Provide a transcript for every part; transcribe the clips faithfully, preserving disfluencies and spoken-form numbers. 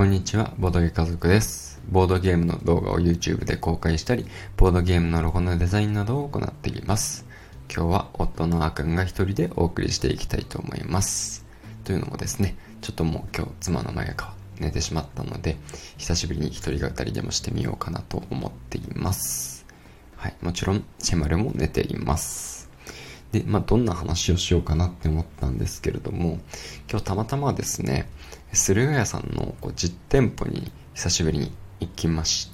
こんにちは、ボードゲ家族です。ボードゲームの動画を YouTube で公開したり、ボードゲームのロゴのデザインなどを行っています。今日は夫のあくんが一人でお送りしていきたいと思います。というのもですね、ちょっともう今日妻のまやかは寝てしまったので、久しぶりに一人語りでもしてみようかなと思っています。はい、もちろんシェマルも寝ています。で、まあ、どんな話をしようかなって思ったんですけれども、今日たまたまですね、駿河屋さんのこう実店舗に久しぶりに行きまして、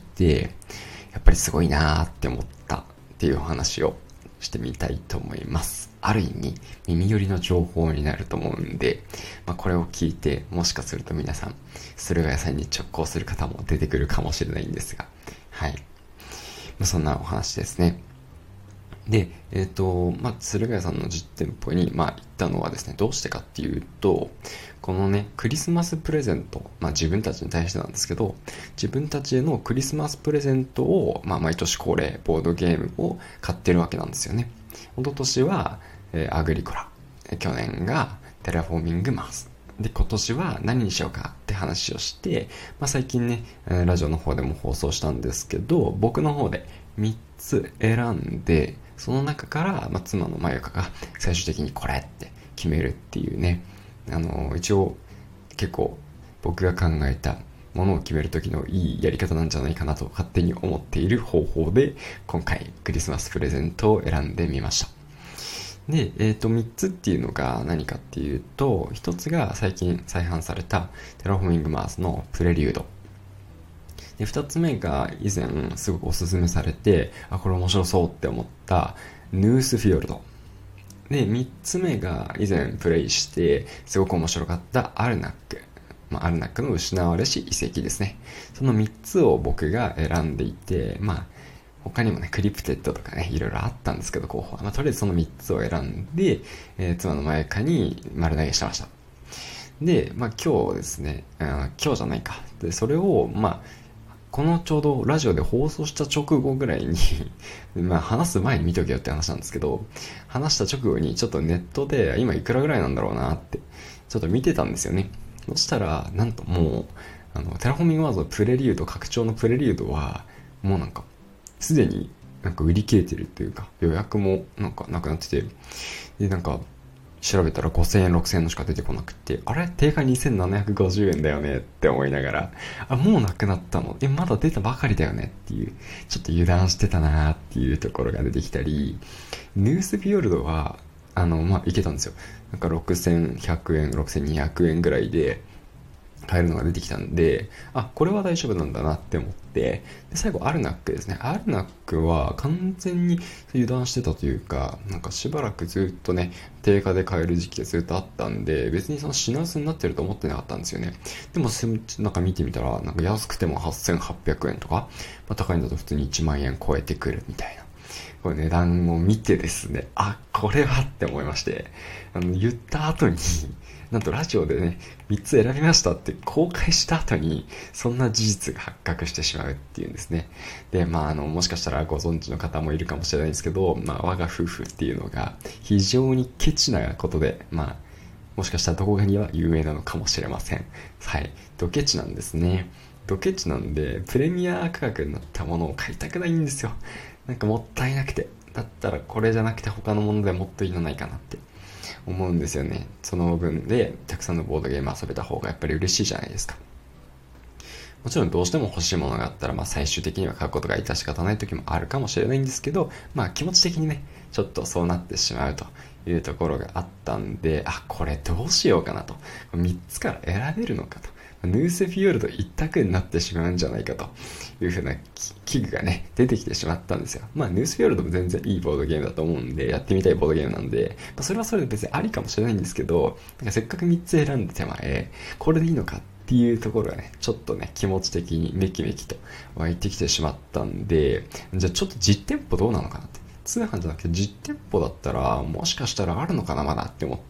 やっぱりすごいなーって思ったっていうお話をしてみたいと思います。ある意味、耳寄りの情報になると思うんで、まあ、これを聞いて、もしかすると皆さん、駿河屋さんに直行する方も出てくるかもしれないんですが、はい。まあ、そんなお話ですね。で、えっ、ー、と、まあ、駿河屋さんの実店舗に、まあ、行ったのはですね、どうしてかっていうと、このね、クリスマスプレゼント、まあ、自分たちに対してなんですけど、自分たちへのクリスマスプレゼントを、まあ、毎年恒例、ボードゲームを買ってるわけなんですよね。一昨年は、えー、アグリコラ。去年がテラフォーミングマウス。で、今年は何にしようかって話をして、まあ、最近ね、ラジオの方でも放送したんですけど、僕の方でみっつ選んで、その中から、まあ、妻のまゆかが最終的にこれって決めるっていうね、あの、一応結構僕が考えたものを決める時のいいやり方なんじゃないかなと勝手に思っている方法で、今回クリスマスプレゼントを選んでみました。で、えっと、みっつっていうのが何かっていうと、ひとつが最近再販されたテラフォーミングマースのプレリュード。で、二つ目が以前すごくおすすめされて、あ、これ面白そうって思ったヌースフィヨルド。で、三つ目が以前プレイしてすごく面白かったアルナック。まあ、アルナックの失われし遺跡ですね。その三つを僕が選んでいて、まあ、他にもね、クリプテッドとかね、いろいろあったんですけど、候補は。まあ、とりあえずその三つを選んで、えー、妻の前かに丸投げしてました。で、まあ今日ですね、今日じゃないか。で、それを、まあ、このちょうどラジオで放送した直後ぐらいにまあ話す前に見とけよって話なんですけど、話した直後にちょっとネットで今いくらぐらいなんだろうなってちょっと見てたんですよね。そしたらなんともうあのテラフォーミングワーズのプレリュード、拡張のプレリュードはもうなんかすでになんか売り切れてるっていうか、予約もなんかなくなってて、でなんか調べたらごせんえんろくせんえんのしか出てこなくて、あれ定価にせんななひゃくごじゅうえんだよねって思いながら、あ、もうなくなったの、え、まだ出たばかりだよねっていう、ちょっと油断してたなーっていうところが出てきたり、ヌースフィヨルドはあのまあいけたんですよ。なんかろくせんひゃくえんろくせんにひゃくえんぐらいで買えるのが出てきたんで、あ、これは大丈夫なんだなって思って、で最後アルナックですね。アルナックは完全に油断してたというか、なんかしばらくずっとね、定価で買える時期がずっとあったんで、別にその品薄になってると思ってなかったんですよね。でもなんか見てみたら、なんか安くてもはっせんはっぴゃくえんとか、まあ、高いんだと普通にいちまんえん超えてくるみたいな。これ値段を見てですね、あ、これはって思いまして、あの、言った後に、なんとラジオでね、みっつ選びましたって公開した後に、そんな事実が発覚してしまうっていうんですね。で、まあ、あの、もしかしたらご存知の方もいるかもしれないんですけど、まあ、我が夫婦っていうのが非常にケチなことで、まあ、もしかしたらどこかには有名なのかもしれません。はい。ドケチなんですね。ドケチなんで、プレミア価格になったものを買いたくないんですよ。なんかもったいなくて。だったらこれじゃなくて他のものでもっといいのないかなって思うんですよね。その分でたくさんのボードゲーム遊べた方がやっぱり嬉しいじゃないですか。もちろんどうしても欲しいものがあったら、まあ最終的には買うことが致し方ない時もあるかもしれないんですけど、まあ気持ち的にね、ちょっとそうなってしまうというところがあったんで、あ、これどうしようかなと。みっつから選べるのかと。ヌースフィヨルド一択になってしまうんじゃないかというふうな危惧がね、出てきてしまったんですよ。まあ、ヌースフィヨルドも全然いいボードゲームだと思うんで、やってみたいボードゲームなんで、まあ、それはそれで別にありかもしれないんですけど、なんかせっかくみっつ選んで手前、これでいいのかっていうところがね、ちょっとね、気持ち的にメキメキと湧いてきてしまったんで、じゃあちょっと実店舗どうなのかなって。通販じゃなくて実店舗だったら、もしかしたらあるのかなまだって思って、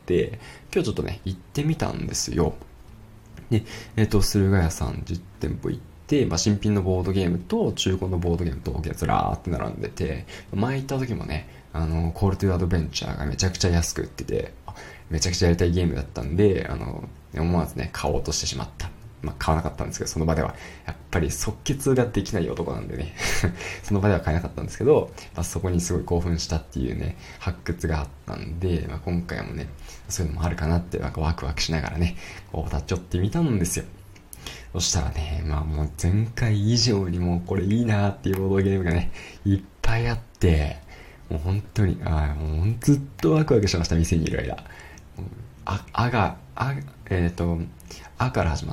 今日ちょっとね、行ってみたんですよ。で、えっ、ー、と、駿河屋さん実店舗行って、まあ、新品のボードゲームと中古のボードゲームとずらーって並んでて、前行った時もね、あの、コールトゥアドベンチャーがめちゃくちゃ安く売ってて、めちゃくちゃやりたいゲームだったんで、あの、思わずね、買おうとしてしまったっまあ、買わなかったんですけど、その場では。やっぱり即決ができない男なんでね。その場では買えなかったんですけど、まあ、そこにすごい興奮したっていうね、発掘があったんで、まあ、今回もね、そういうのもあるかなって、なんかワクワクしながらね、こう立ち寄ってみたんですよ。そしたらね、まあもう前回以上にもうこれいいなーっていうボードゲームがね、いっぱいあって、もう本当に、あもうずっとワクワクしました、店にいる間。あ、あが、あ、えっ、ー、と、あから始まって、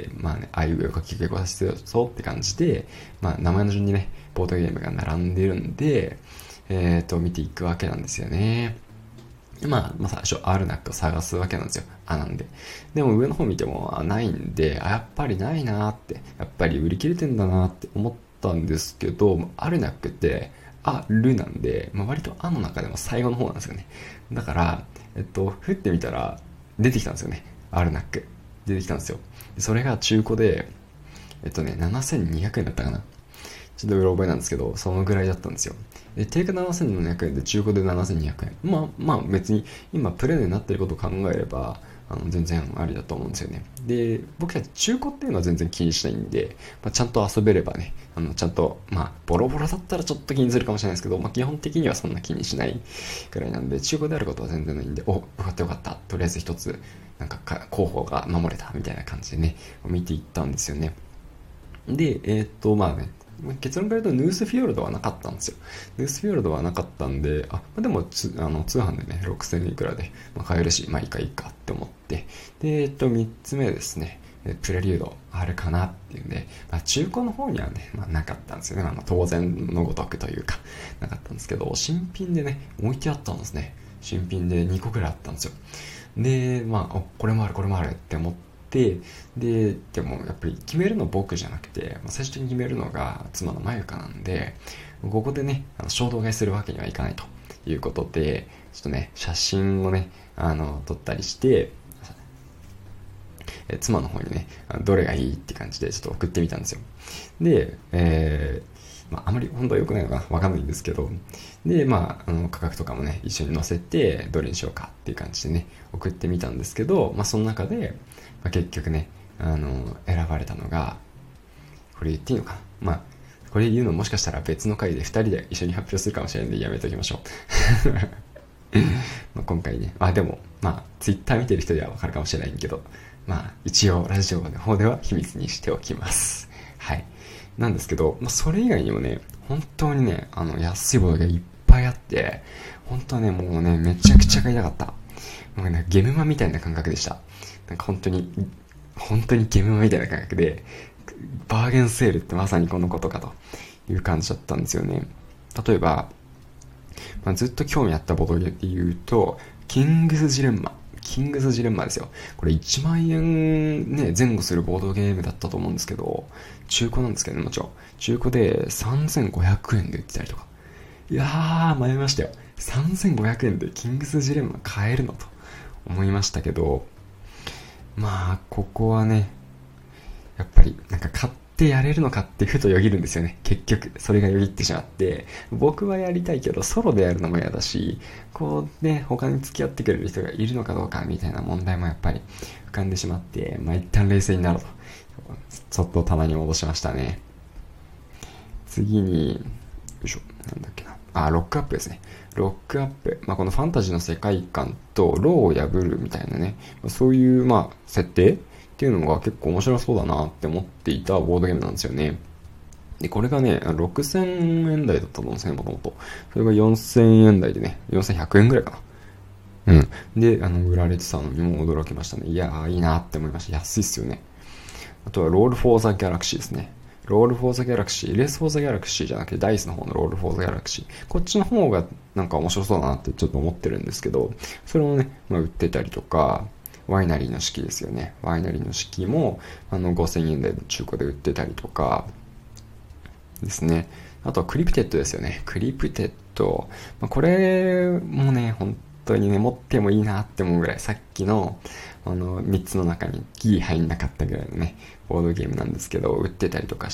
まあね、あいうえおかきくけこさせてそうって感じで、まあ名前の順にね、ボードゲームが並んでるんで、えっ、ー、と、見ていくわけなんですよね。まあ、まあ最初、アルナックを探すわけなんですよ。あ、なんで。でも上の方見ても、あ、ないんで、あ、やっぱりないなーって、やっぱり売り切れてんだなーって思ったんですけど、アルナックって、あるなんで、まあ、割とあの中でも最後の方なんですよね。だから、えっと、振ってみたら、出てきたんですよね。アルナック。出てきたんですよ。それが中古で、えっとね、ななせんにひゃくえんだったかな。ちょっとうろ覚えなんですけど、そのぐらいだったんですよ。で、定価ななせんななひゃくえんで中古でななせんにひゃくえん。まあ、まあ別に今プレネになってることを考えれば、あの全然ありだと思うんですよね。で、僕たち中古っていうのは全然気にしないんで、まあ、ちゃんと遊べればね、あのちゃんと、まあ、ボロボロだったらちょっと気にするかもしれないですけど、まあ基本的にはそんな気にしないくらいなんで、中古であることは全然ないんで、お、よかったよかった。とりあえず一つ、なんか候補が守れたみたいな感じでね、見ていったんですよね。で、えーっと、まあね、結論から言うとヌースフィヨルドはなかったんですよ。ヌースフィヨルドはなかったんで、あ、まあ、でもつあの通販でね、ろくせんえんいくらで、まあ、買えるし、まあいいかいいかって思って、で、えっと、みっつめですね、プレリュードあるかなっていうんで、まあ、中古の方にはね、まあ、なかったんですよね。まあ、当然のごとくというか、なかったんですけど、新品でね、置いてあったんですね。新品でにこぐらいあったんですよ。で、まあ、これもある、これもあるって思って、で、で、でもやっぱり決めるの僕じゃなくて、まあ、最終的に決めるのが妻のまゆかなんで、ここでね、あの衝動買いするわけにはいかないということで、ちょっとね、写真をね、あの、撮ったりして、え妻の方にね、どれがいいって感じでちょっと送ってみたんですよ。で、えー、まあ、あまり本当は良くないのかなわかんないんですけど、で、まあ、あの価格とかもね、一緒に載せて、どれにしようかっていう感じでね、送ってみたんですけど、まあ、その中で、まあ、結局ね、あの、選ばれたのが、これ言っていいのかなまあ、これ言うのもしかしたら別の回でふたりで一緒に発表するかもしれないんでやめときましょう。まあ今回ね、まあでも、まあ、ツイッター見てる人ではわかるかもしれないけど、まあ、一応ラジオの方では秘密にしておきます。はい。なんですけど、まあ、それ以外にもね、本当にね、あの、安いボードがいっぱいあって、本当はね、もうね、めちゃくちゃ買いたかった。もうね、ゲムマみたいな感覚でした。なんか本当に、本当にゲムマみたいな感覚で、バーゲンセールってまさにこのことかという感じだったんですよね。例えば、まあ、ずっと興味あったボードゲームで言うと、キングスジレンマ。キングスジレンマですよ。これいちまんえんね、前後するボードゲームだったと思うんですけど、中古なんですけどね、もちろん。中古でさんぜんごひゃくえんで売ってたりとか。いやー、迷いましたよ。さんぜんごひゃくえんでキングスジレンマ買えるのと思いましたけど、まあ、ここはね、やっぱり、なんか買ってやれるのかってふとよぎるんですよね。結局、それがよぎってしまって、僕はやりたいけど、ソロでやるのも嫌だし、こうね、他に付き合ってくれる人がいるのかどうかみたいな問題もやっぱり浮かんでしまって、まあ一旦冷静になろうと。ちょっと棚に戻しましたね。次に、よいしょ、なんだっけな。あ、ロックアップですね。ロックアップ。まあ、このファンタジーの世界観と、ローを破るみたいなね、そういう、まあ、設定っていうのが結構面白そうだなって思っていたボードゲームなんですよね。で、これがね、ろくせんえん台だったと思うんですね、もともと。それがよんせんえん台でね、よんせんひゃくえんぐらいかな。うん。で、あの、売られてたのにも驚きましたね。いやー、いいなって思いました。安いっすよね。あとは、ロール・フォー・ザ・ギャラクシーですね。ロール・フォー・ザ・ギャラクシー、レース・フォー・ザ・ギャラクシーじゃなくて、ダイスの方のロール・フォー・ザ・ギャラクシー。こっちの方がなんか面白そうだなってちょっと思ってるんですけど、それをね、まあ、売ってたりとか、ワイナリーの式ですよね。ワイナリーの式も、あの、ごせんえん台の中古で売ってたりとか、ですね。あとはクリプテッドですよね。クリプテッド。まあ、これもね、本当にね、持ってもいいなって思うぐらい、さっきの、あの、みっつの中にギー入んなかったぐらいのね、ボードゲームなんですけど、売ってたりとかして、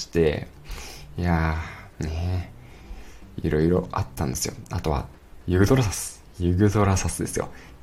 いやー、ねいろいろあったんですよ。あとは、ユグドラサス。ユグドラサスですよ。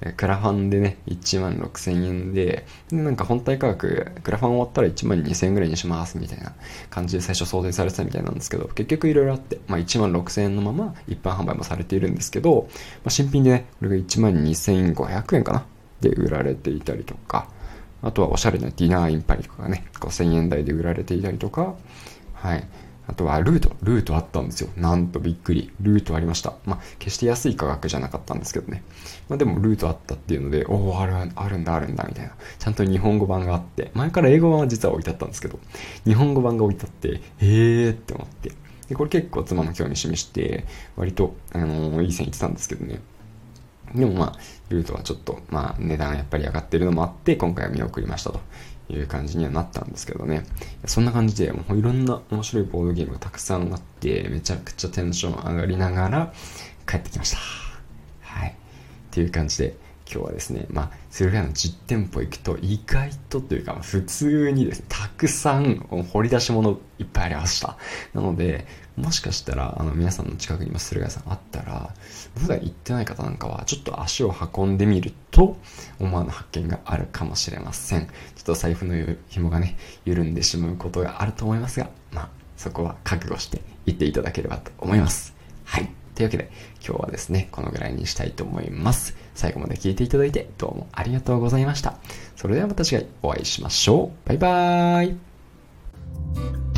クラファンでね、いちまんろくせんえんで、で、なんか本体価格、クラファン終わったらいちまんにせんえんぐらいにしますみたいな感じで最初想定されてたみたいなんですけど、結局いろいろあって、まあいちまんろくせんえんのまま一般販売もされているんですけど、まあ、新品でね、これがいちまんにせんごひゃくえんかなで売られていたりとか、あとはおしゃれなディナーインパニとかがね、ごせんえん台で売られていたりとか、はい。あとはルート。ルートあったんですよ。なんとびっくり。ルートありました。まあ、決して安い価格じゃなかったんですけどね。まあでもルートあったっていうので、おお、ある、あるんだ、あるんだ、みたいな。ちゃんと日本語版があって、前から英語版は実は置いてあったんですけど、日本語版が置いてあって、へーって思って。で、これ結構妻も興味示して、割と、あのーいい線いってたんですけどね。でもまあ、ルートはちょっと、まあ、値段やっぱり上がってるのもあって、今回は見送りましたという感じにはなったんですけどね。そんな感じで、もういろんな面白いボードゲームがたくさんあって、めちゃくちゃテンション上がりながら帰ってきました。はい。っていう感じで、今日はですね、まあ、それらの実店舗行くと意外とというか、普通にですね、たくさん掘り出し物いっぱいありました。なので、もしかしたら、あの、皆さんの近くにも駿河屋さんあったら、普段行ってない方なんかは、ちょっと足を運んでみると、思わぬ発見があるかもしれません。ちょっと財布の紐がね、緩んでしまうことがあると思いますが、まあ、そこは覚悟して行っていただければと思います。はい。というわけで、今日はですね、このぐらいにしたいと思います。最後まで聞いていただいて、どうもありがとうございました。それではまた次回お会いしましょう。バイバーイ。